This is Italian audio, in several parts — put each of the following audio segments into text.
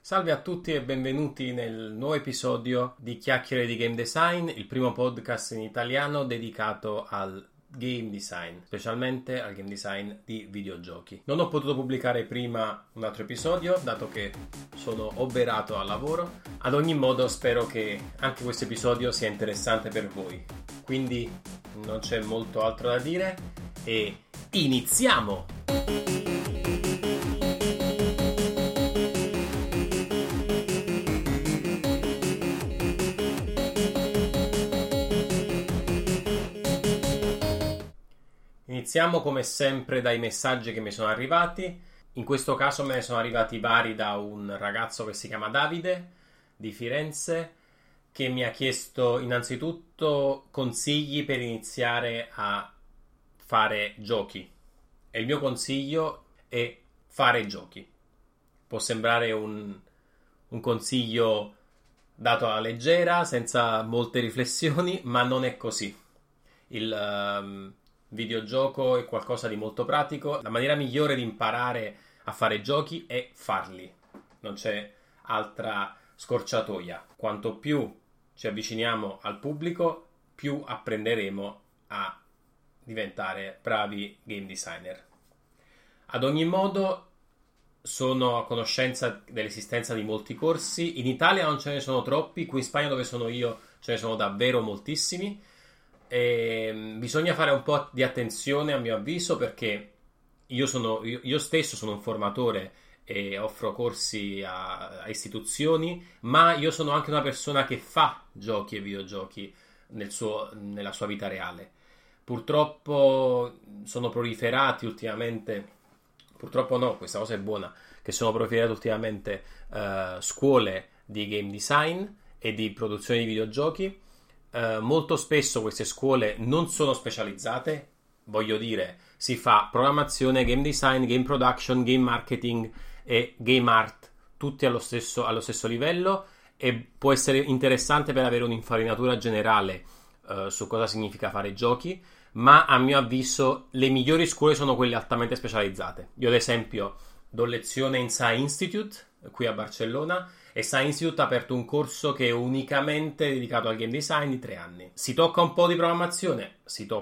Salve a tutti e benvenuti nel nuovo episodio di Chiacchiere di Game Design, il primo podcast in italiano dedicato al game design, specialmente al game design di videogiochi. Non ho potuto pubblicare prima un altro episodio, dato che sono oberato al lavoro. Ad ogni modo spero che anche questo episodio sia interessante per voi. Quindi non c'è molto altro da dire e iniziamo! Iniziamo come sempre dai messaggi che mi sono arrivati. In questo caso me ne sono arrivati vari da un ragazzo che si chiama Davide di Firenze, che mi ha chiesto innanzitutto consigli per iniziare a fare giochi. E il mio consiglio è fare giochi. Può sembrare un consiglio dato alla leggera, senza molte riflessioni, ma non è così. Il videogioco è qualcosa di molto pratico. La maniera migliore di imparare a fare giochi è farli. Non c'è altra scorciatoia. Quanto più ci avviciniamo al pubblico, più apprenderemo a diventare bravi game designer. Ad ogni modo, sono a conoscenza dell'esistenza di molti corsi. In Italia non ce ne sono troppi. Qui in Spagna, dove sono io, ce ne sono davvero moltissimi. E bisogna fare un po' di attenzione, a mio avviso, perché io stesso sono un formatore e offro corsi a istituzioni, ma io sono anche una persona che fa giochi e videogiochi nella sua vita reale. Purtroppo sono proliferati ultimamente, purtroppo no, questa cosa è buona, che sono proliferate ultimamente scuole di game design e di produzione di videogiochi. Molto spesso queste scuole non sono specializzate, voglio dire, si fa programmazione, game design, game production, game marketing e game art, tutti allo stesso livello, e può essere interessante per avere un'infarinatura generale su cosa significa fare giochi, ma a mio avviso le migliori scuole sono quelle altamente specializzate. Io ad esempio do lezione in SAI Institute qui a Barcellona, e SAI Institute ha aperto un corso che è unicamente dedicato al game design di 3 anni. Si tocca un po' di programmazione,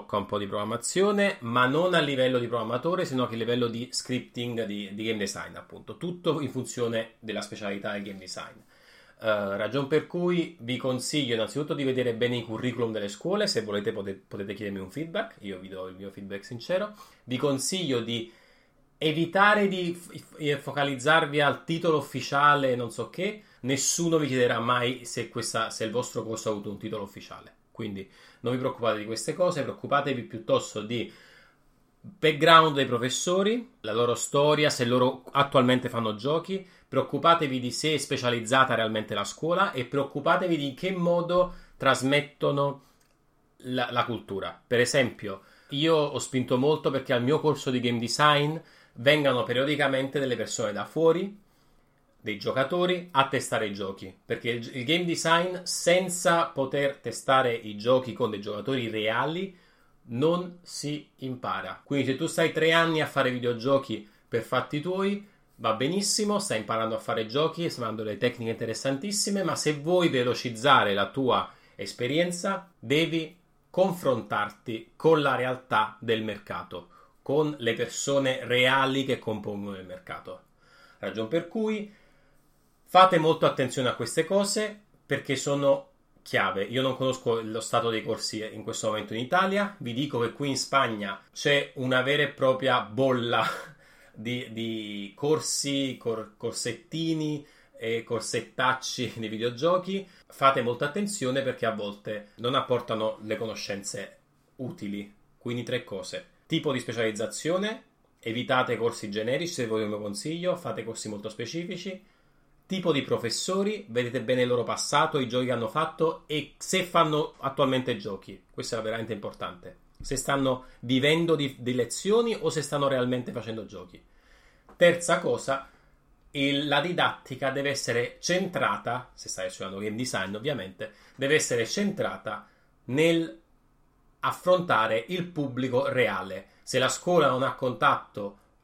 ma non a livello di programmatore, sino che a livello di scripting di game design, appunto. Tutto in funzione della specialità del game design. Ragion per cui vi consiglio innanzitutto di vedere bene i curriculum delle scuole. Se volete potete chiedermi un feedback, io vi do il mio feedback sincero. Vi consiglio di evitare di focalizzarvi al titolo ufficiale, non so che. Nessuno vi chiederà mai se il vostro corso ha avuto un titolo ufficiale. Quindi non vi preoccupate di queste cose, preoccupatevi piuttosto di background dei professori, la loro storia, se loro attualmente fanno giochi. Preoccupatevi di se è specializzata realmente la scuola e preoccupatevi di in che modo trasmettono la cultura. Per esempio, io ho spinto molto perché al mio corso di game design vengano periodicamente delle persone da fuori, dei giocatori, a testare i giochi, perché il game design, senza poter testare i giochi con dei giocatori reali, non si impara. Quindi se tu stai 3 anni a fare videogiochi per fatti tuoi, va benissimo, stai imparando a fare giochi, stai imparando delle tecniche interessantissime, ma se vuoi velocizzare la tua esperienza, devi confrontarti con la realtà del mercato, con le persone reali che compongono il mercato. Ragion per cui fate molto attenzione a queste cose, perché sono chiave. Io non conosco lo stato dei corsi in questo momento in Italia. Vi dico che qui in Spagna c'è una vera e propria bolla di corsi, corsettini e corsettacci di videogiochi. Fate molta attenzione, perché a volte non apportano le conoscenze utili. Quindi 3 cose: tipo di specializzazione, evitate corsi generici, se volete il mio consiglio, fate corsi molto specifici. Tipo di professori, vedete bene il loro passato, i giochi che hanno fatto e se fanno attualmente giochi. Questo è veramente importante. Se stanno vivendo di lezioni o se stanno realmente facendo giochi. Terza cosa, la didattica deve essere centrata, se stai studiando game design ovviamente, deve essere centrata nel affrontare il pubblico reale. Se la scuola non ha contatto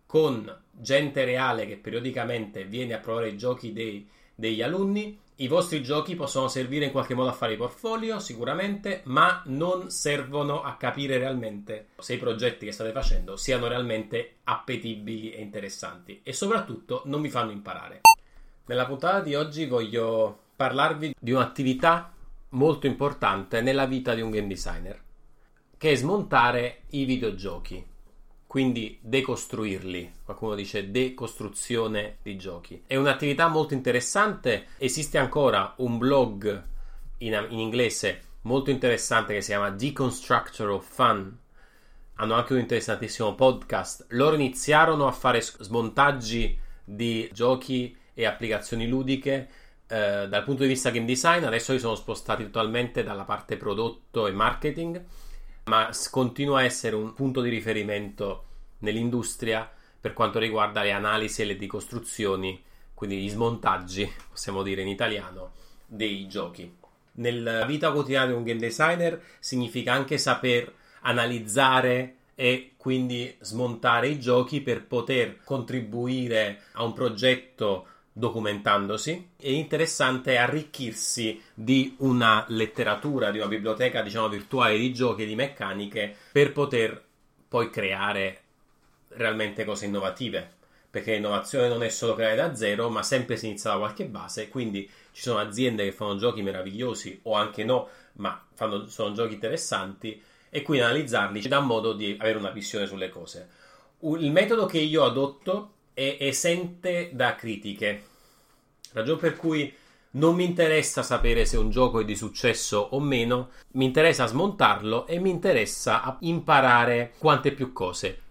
con gente reale che periodicamente viene a provare i giochi degli alunni. I vostri giochi possono servire in qualche modo a fare i portfolio, sicuramente, ma non servono a capire realmente se i progetti che state facendo siano realmente appetibili e interessanti, e soprattutto non vi fanno imparare. Nella puntata di oggi voglio parlarvi di un'attività molto importante nella vita di un game designer, che è smontare i videogiochi. Quindi decostruirli, qualcuno dice decostruzione di giochi. È un'attività molto interessante, esiste ancora un blog in inglese molto interessante che si chiama Deconstructor of Fun, hanno anche un interessantissimo podcast. Loro iniziarono a fare smontaggi di giochi e applicazioni ludiche dal punto di vista game design, adesso si sono spostati totalmente dalla parte prodotto e marketing, ma continua a essere un punto di riferimento nell'industria per quanto riguarda le analisi e le decostruzioni, quindi gli smontaggi, possiamo dire in italiano, dei giochi. Nella vita quotidiana di un game designer significa anche saper analizzare e quindi smontare i giochi per poter contribuire a un progetto documentandosi. È interessante arricchirsi di una letteratura, di una biblioteca, diciamo, virtuale di giochi e di meccaniche per poter poi creare realmente cose innovative, perché l'innovazione non è solo creare da zero, ma sempre si inizia da qualche base. Quindi ci sono aziende che fanno giochi meravigliosi o anche no, ma sono giochi interessanti, e quindi analizzarli ci dà modo di avere una visione sulle cose. Il metodo che io adotto è esente da critiche, ragione per cui non mi interessa sapere se un gioco è di successo o meno, mi interessa smontarlo e mi interessa imparare quante più cose.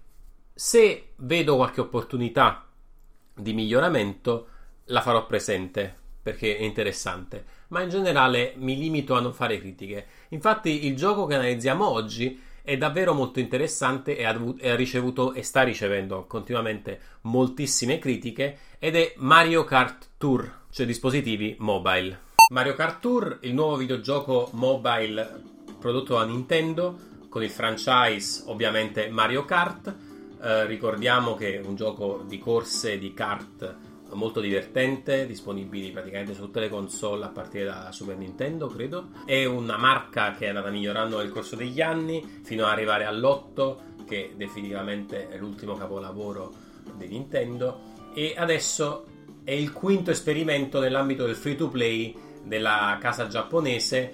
Se vedo qualche opportunità di miglioramento la farò presente perché è interessante, ma in generale mi limito a non fare critiche. Infatti il gioco che analizziamo oggi è davvero molto interessante e ha ricevuto e sta ricevendo continuamente moltissime critiche, ed è Mario Kart Tour, cioè dispositivi mobile. Mario Kart Tour, il nuovo videogioco mobile prodotto da Nintendo con il franchise ovviamente Mario Kart. Ricordiamo che è un gioco di corse di kart molto divertente, disponibili praticamente su tutte le console a partire da Super Nintendo, credo. È una marca che è andata migliorando nel corso degli anni fino ad arrivare all'8, che definitivamente è l'ultimo capolavoro di Nintendo, e adesso è il quinto esperimento nell'ambito del free to play della casa giapponese,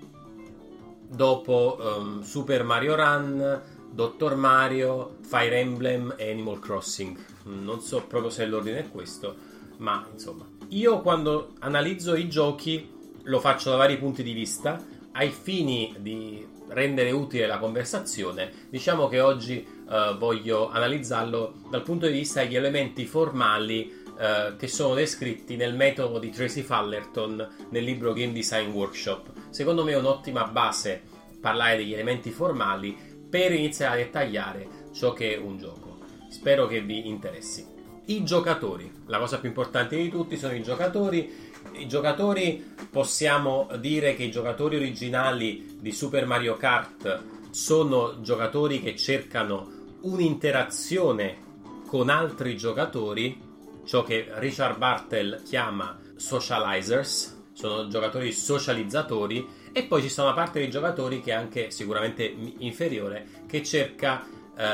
dopo Super Mario Run, Dr. Mario, Fire Emblem e Animal Crossing. Non so proprio se l'ordine è questo, ma insomma, io quando analizzo i giochi lo faccio da vari punti di vista ai fini di rendere utile la conversazione. Diciamo che oggi voglio analizzarlo dal punto di vista degli elementi formali che sono descritti nel metodo di Tracy Fallerton nel libro Game Design Workshop. Secondo me è un'ottima base parlare degli elementi formali per iniziare a dettagliare ciò che è un gioco. Spero che vi interessi. I giocatori, la cosa più importante di tutti sono i giocatori. I giocatori, possiamo dire che i giocatori originali di Super Mario Kart sono giocatori che cercano un'interazione con altri giocatori, ciò che Richard Bartel chiama socializers, sono giocatori socializzatori. E poi ci sta una parte dei giocatori che è anche sicuramente inferiore, che cerca,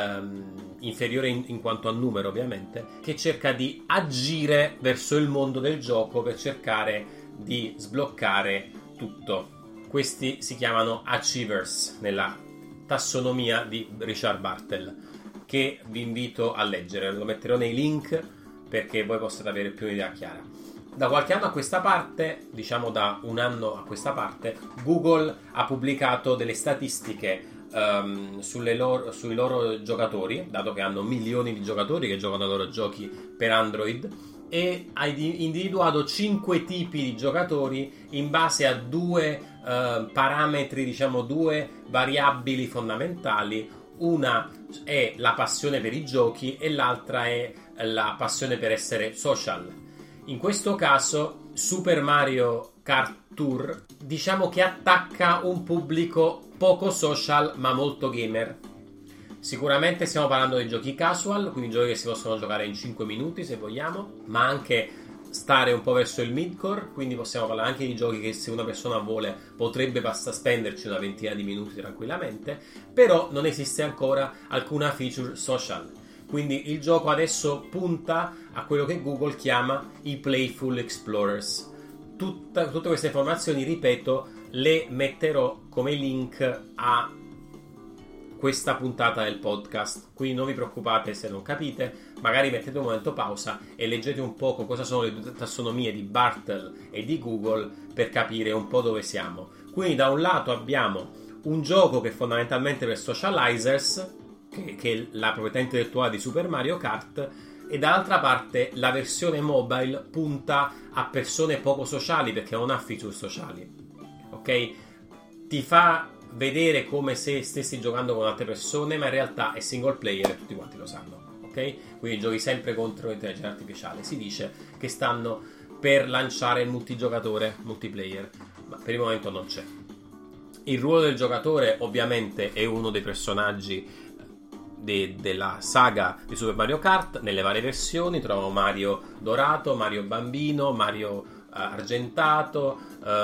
inferiore in quanto a numero ovviamente, che cerca di agire verso il mondo del gioco per cercare di sbloccare tutto. Questi si chiamano achievers nella tassonomia di Richard Bartel, che vi invito a leggere, lo metterò nei link perché voi possiate avere più un'idea chiara. Da qualche anno a questa parte, diciamo da un anno a questa parte, Google ha pubblicato delle statistiche sui loro giocatori, dato che hanno milioni di giocatori che giocano ai loro giochi per Android, e ha individuato 5 tipi di giocatori in base a due parametri, diciamo due variabili fondamentali. Una è la passione per i giochi e l'altra è la passione per essere social. In questo caso Super Mario Kart Tour diciamo che attacca un pubblico poco social ma molto gamer, Sicuramente stiamo parlando di giochi casual, quindi giochi che si possono giocare in 5 minuti se vogliamo, ma anche stare un po' verso il midcore, quindi possiamo parlare anche di giochi che se una persona vuole potrebbe spenderci una ventina di minuti tranquillamente, però non esiste ancora alcuna feature social. Quindi il gioco adesso punta a quello che Google chiama i Playful Explorers. Tutte queste informazioni, ripeto, le metterò come link a questa puntata del podcast, quindi non vi preoccupate se non capite, magari mettete un momento pausa e leggete un po' cosa sono le due tassonomie di Bartle e di Google per capire un po' dove siamo. Quindi da un lato abbiamo un gioco che è fondamentalmente per socializers, che è la proprietà intellettuale di Super Mario Kart, e dall'altra parte la versione mobile punta a persone poco sociali perché non ha feature sociali, ok? Ti fa vedere come se stessi giocando con altre persone, ma in realtà è single player e tutti quanti lo sanno, ok? Quindi giochi sempre contro l'intelligenza artificiale. Si dice che stanno per lanciare il multigiocatore, multiplayer, ma per il momento non c'è. Il ruolo del giocatore ovviamente è uno dei personaggi della saga di Super Mario Kart. Nelle varie versioni troviamo Mario dorato, Mario bambino, Mario argentato,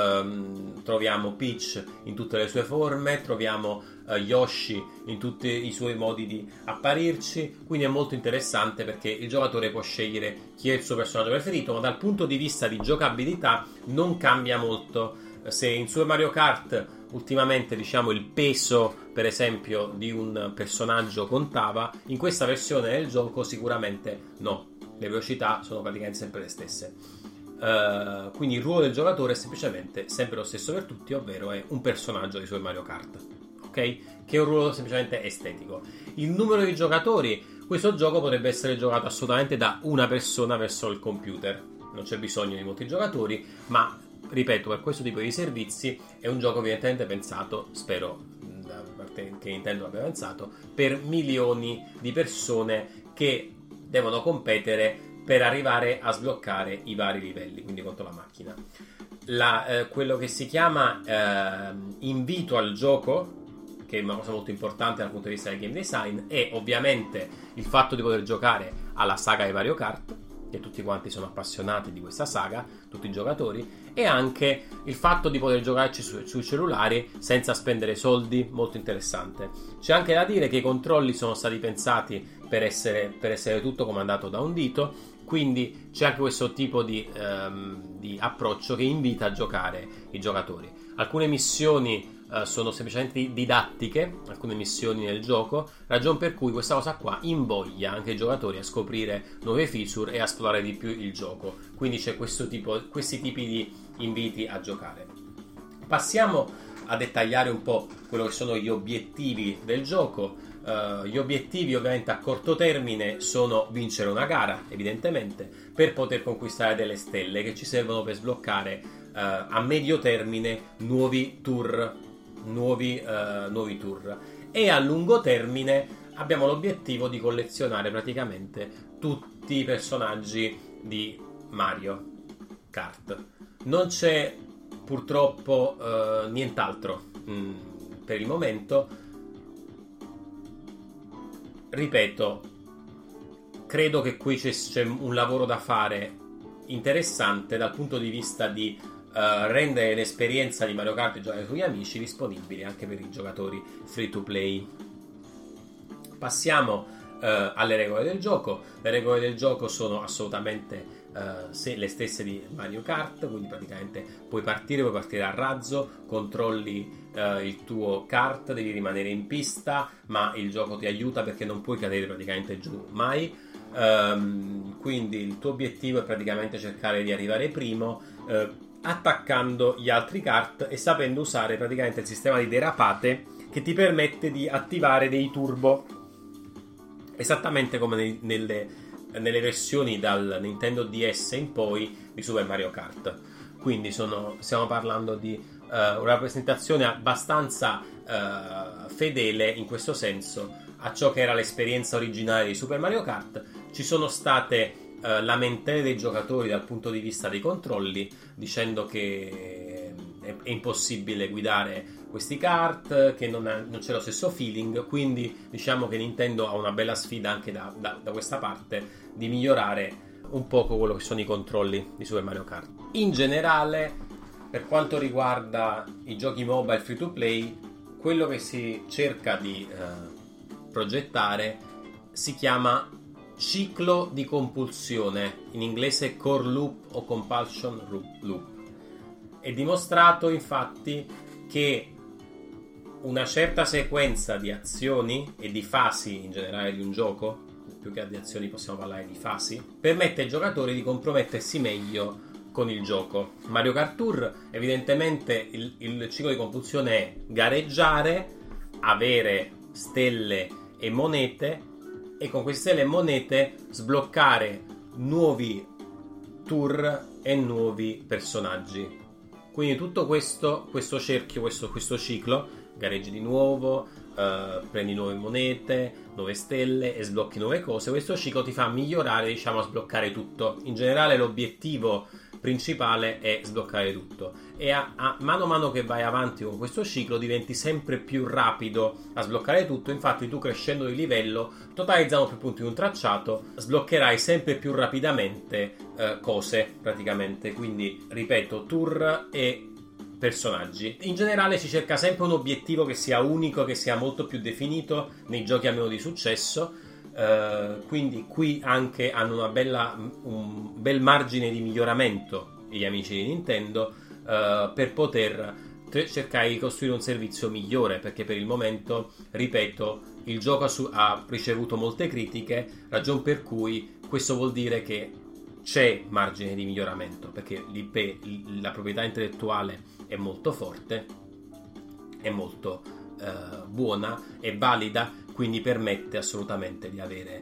troviamo Peach in tutte le sue forme, troviamo Yoshi in tutti i suoi modi di apparirci, quindi è molto interessante perché il giocatore può scegliere chi è il suo personaggio preferito, ma dal punto di vista di giocabilità non cambia molto. Se in Super Mario Kart ultimamente diciamo il peso per esempio di un personaggio contava, in questa versione del gioco sicuramente no, le velocità sono praticamente sempre le stesse. Quindi il ruolo del giocatore è semplicemente sempre lo stesso per tutti, ovvero è un personaggio di Super Mario Kart, ok? Che è un ruolo semplicemente estetico. Il numero di giocatori, questo gioco potrebbe essere giocato assolutamente da una persona verso il computer, non c'è bisogno di molti giocatori, ma ripeto, per questo tipo di servizi è un gioco evidentemente pensato, spero da parte che Nintendo l'abbia pensato, per milioni di persone che devono competere per arrivare a sbloccare i vari livelli, quindi contro la macchina. Quello che si chiama invito al gioco, che è una cosa molto importante dal punto di vista del game design, è ovviamente il fatto di poter giocare alla saga di Mario Kart, che tutti quanti sono appassionati di questa saga, tutti i giocatori, e anche il fatto di poter giocarci sui cellulari senza spendere soldi, molto interessante. C'è anche da dire che i controlli sono stati pensati per essere tutto comandato da un dito, quindi c'è anche questo tipo di approccio che invita a giocare i giocatori. Alcune missioni sono semplicemente didattiche, alcune missioni nel gioco, ragion per cui questa cosa qua invoglia anche i giocatori a scoprire nuove feature e a esplorare di più il gioco. Quindi c'è questi tipi di inviti a giocare. Passiamo a dettagliare un po' quello che sono gli obiettivi del gioco. Gli obiettivi ovviamente a corto termine sono vincere una gara, evidentemente, per poter conquistare delle stelle che ci servono per sbloccare a medio termine nuovi tour, e a lungo termine abbiamo l'obiettivo di collezionare praticamente tutti i personaggi di Mario Kart. Non c'è purtroppo nient'altro per il momento. Ripeto, credo che qui c'è un lavoro da fare interessante dal punto di vista di rendere l'esperienza di Mario Kart e giocare con gli amici disponibili anche per i giocatori free to play. Passiamo alle regole del gioco. Le regole del gioco sono assolutamente le stesse di Mario Kart, quindi praticamente puoi partire a razzo, controlli il tuo kart, devi rimanere in pista, ma il gioco ti aiuta perché non puoi cadere praticamente giù mai. Quindi il tuo obiettivo è praticamente cercare di arrivare primo, attaccando gli altri kart e sapendo usare praticamente il sistema di derapate che ti permette di attivare dei turbo, esattamente come nelle versioni dal Nintendo DS in poi di Super Mario Kart. Quindi stiamo parlando di una rappresentazione abbastanza fedele in questo senso a ciò che era l'esperienza originale di Super Mario Kart. Ci sono state lamentele dei giocatori dal punto di vista dei controlli, dicendo che è impossibile guidare questi kart, che non c'è lo stesso feeling, quindi diciamo che Nintendo ha una bella sfida anche da questa parte di migliorare un poco quello che sono i controlli di Super Mario Kart. In generale, per quanto riguarda i giochi mobile free to play, quello che si cerca di progettare si chiama ciclo di compulsione, in inglese core loop o compulsion loop. È dimostrato infatti che una certa sequenza di azioni e di fasi in generale di un gioco, più che di azioni possiamo parlare di fasi, permette ai giocatori di compromettersi meglio con il gioco. Mario Kart Tour, evidentemente il ciclo di compulsione è gareggiare, avere stelle e monete, e con queste stelle e monete sbloccare nuovi tour e nuovi personaggi. Quindi tutto questo cerchio, questo ciclo, gareggi di nuovo, prendi nuove monete, nuove stelle e sblocchi nuove cose. Questo ciclo ti fa migliorare, diciamo, a sbloccare tutto. In generale l'obiettivo principale è sbloccare tutto, e mano a mano che vai avanti con questo ciclo diventi sempre più rapido a sbloccare tutto. Infatti tu, crescendo di livello, totalizzando più punti in un tracciato, sbloccherai sempre più rapidamente cose praticamente. Quindi ripeto, tour e personaggi. In generale si cerca sempre un obiettivo che sia unico, che sia molto più definito nei giochi a meno di successo. Quindi qui anche hanno un bel margine di miglioramento gli amici di Nintendo, per poter cercare di costruire un servizio migliore, perché per il momento, ripeto, il gioco ha ricevuto molte critiche, ragion per cui questo vuol dire che c'è margine di miglioramento, perché l'IP, la proprietà intellettuale, è molto forte, è molto buona, è valida, quindi permette assolutamente di avere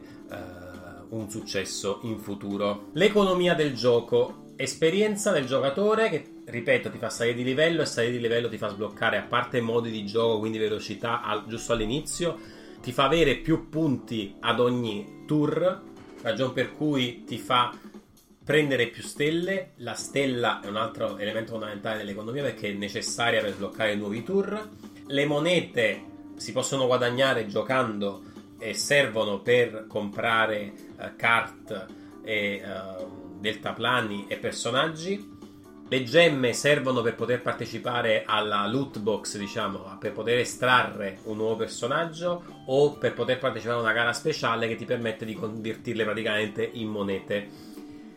un successo in futuro. L'economia del gioco, esperienza del giocatore che, ripeto, ti fa salire di livello, e salire di livello ti fa sbloccare, a parte modi di gioco, quindi velocità giusto all'inizio, ti fa avere più punti ad ogni tour, ragion per cui ti fa prendere più stelle. La stella è un altro elemento fondamentale dell'economia, perché è necessaria per sbloccare nuovi tour. Le monete si possono guadagnare giocando e servono per comprare kart e deltaplani e personaggi. Le gemme servono per poter partecipare alla loot box, diciamo, per poter estrarre un nuovo personaggio, o per poter partecipare a una gara speciale che ti permette di convertirle praticamente in monete.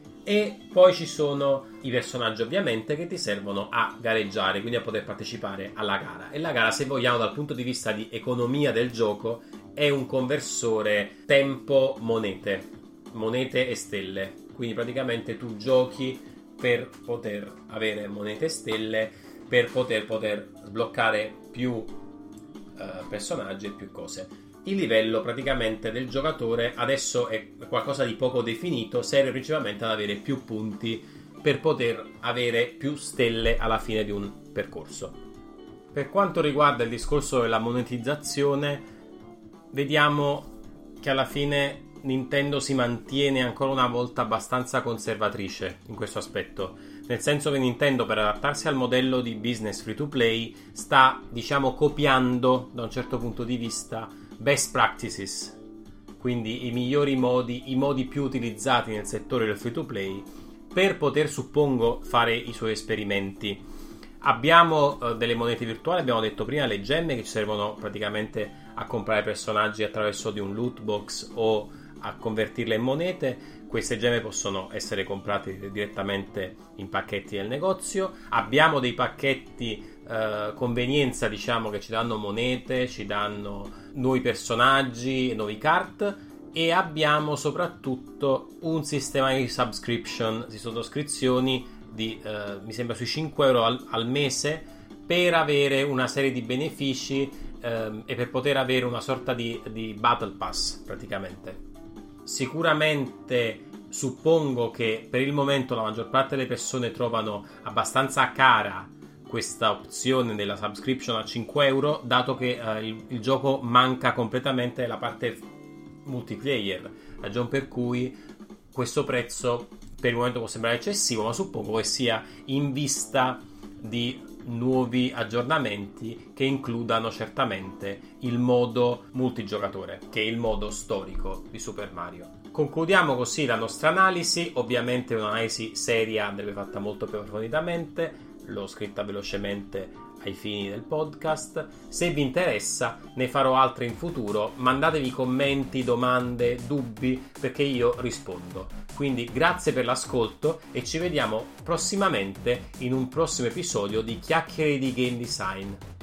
E poi ci sono i personaggi, ovviamente, che ti servono a gareggiare, quindi a poter partecipare alla gara. E la gara, se vogliamo, dal punto di vista di economia del gioco, è un conversore tempo-monete e stelle. Quindi praticamente tu giochi per poter avere monete e stelle, per poter sbloccare più personaggi e più cose. Il livello praticamente del giocatore adesso è qualcosa di poco definito, serve principalmente ad avere più punti per poter avere più stelle alla fine di un percorso. Per quanto riguarda il discorso della monetizzazione, vediamo che alla fine Nintendo si mantiene ancora una volta abbastanza conservatrice in questo aspetto, nel senso che Nintendo, per adattarsi al modello di business free to play, sta, diciamo, copiando da un certo punto di vista best practices, quindi i migliori modi, i modi più utilizzati nel settore del free to play, per poter, suppongo, fare i suoi esperimenti. Abbiamo delle monete virtuali, abbiamo detto prima, le gemme, che ci servono praticamente a comprare personaggi attraverso di un loot box o a convertirle in monete. Queste gemme possono essere comprate direttamente in pacchetti nel negozio. Abbiamo dei pacchetti convenienza, diciamo, che ci danno monete, ci danno nuovi personaggi, nuovi kart, e abbiamo soprattutto un sistema di subscription, di sottoscrizioni di mi sembra sui 5 euro al mese, per avere una serie di benefici e per poter avere una sorta di battle pass praticamente. Sicuramente suppongo che per il momento la maggior parte delle persone trovano abbastanza cara questa opzione della subscription a 5 euro, dato che il gioco manca completamente la parte multiplayer, ragion per cui questo prezzo per il momento può sembrare eccessivo, ma suppongo che sia in vista di nuovi aggiornamenti che includano certamente il modo multigiocatore, che è il modo storico di Super Mario. Concludiamo così la nostra analisi. Ovviamente è un'analisi seria, andrebbe fatta molto più approfonditamente, l'ho scritta velocemente ai fini del podcast. Se vi interessa ne farò altre in futuro, mandatevi commenti, domande, dubbi, perché io rispondo. Quindi grazie per l'ascolto e ci vediamo prossimamente in un prossimo episodio di Chiacchiere di Game Design.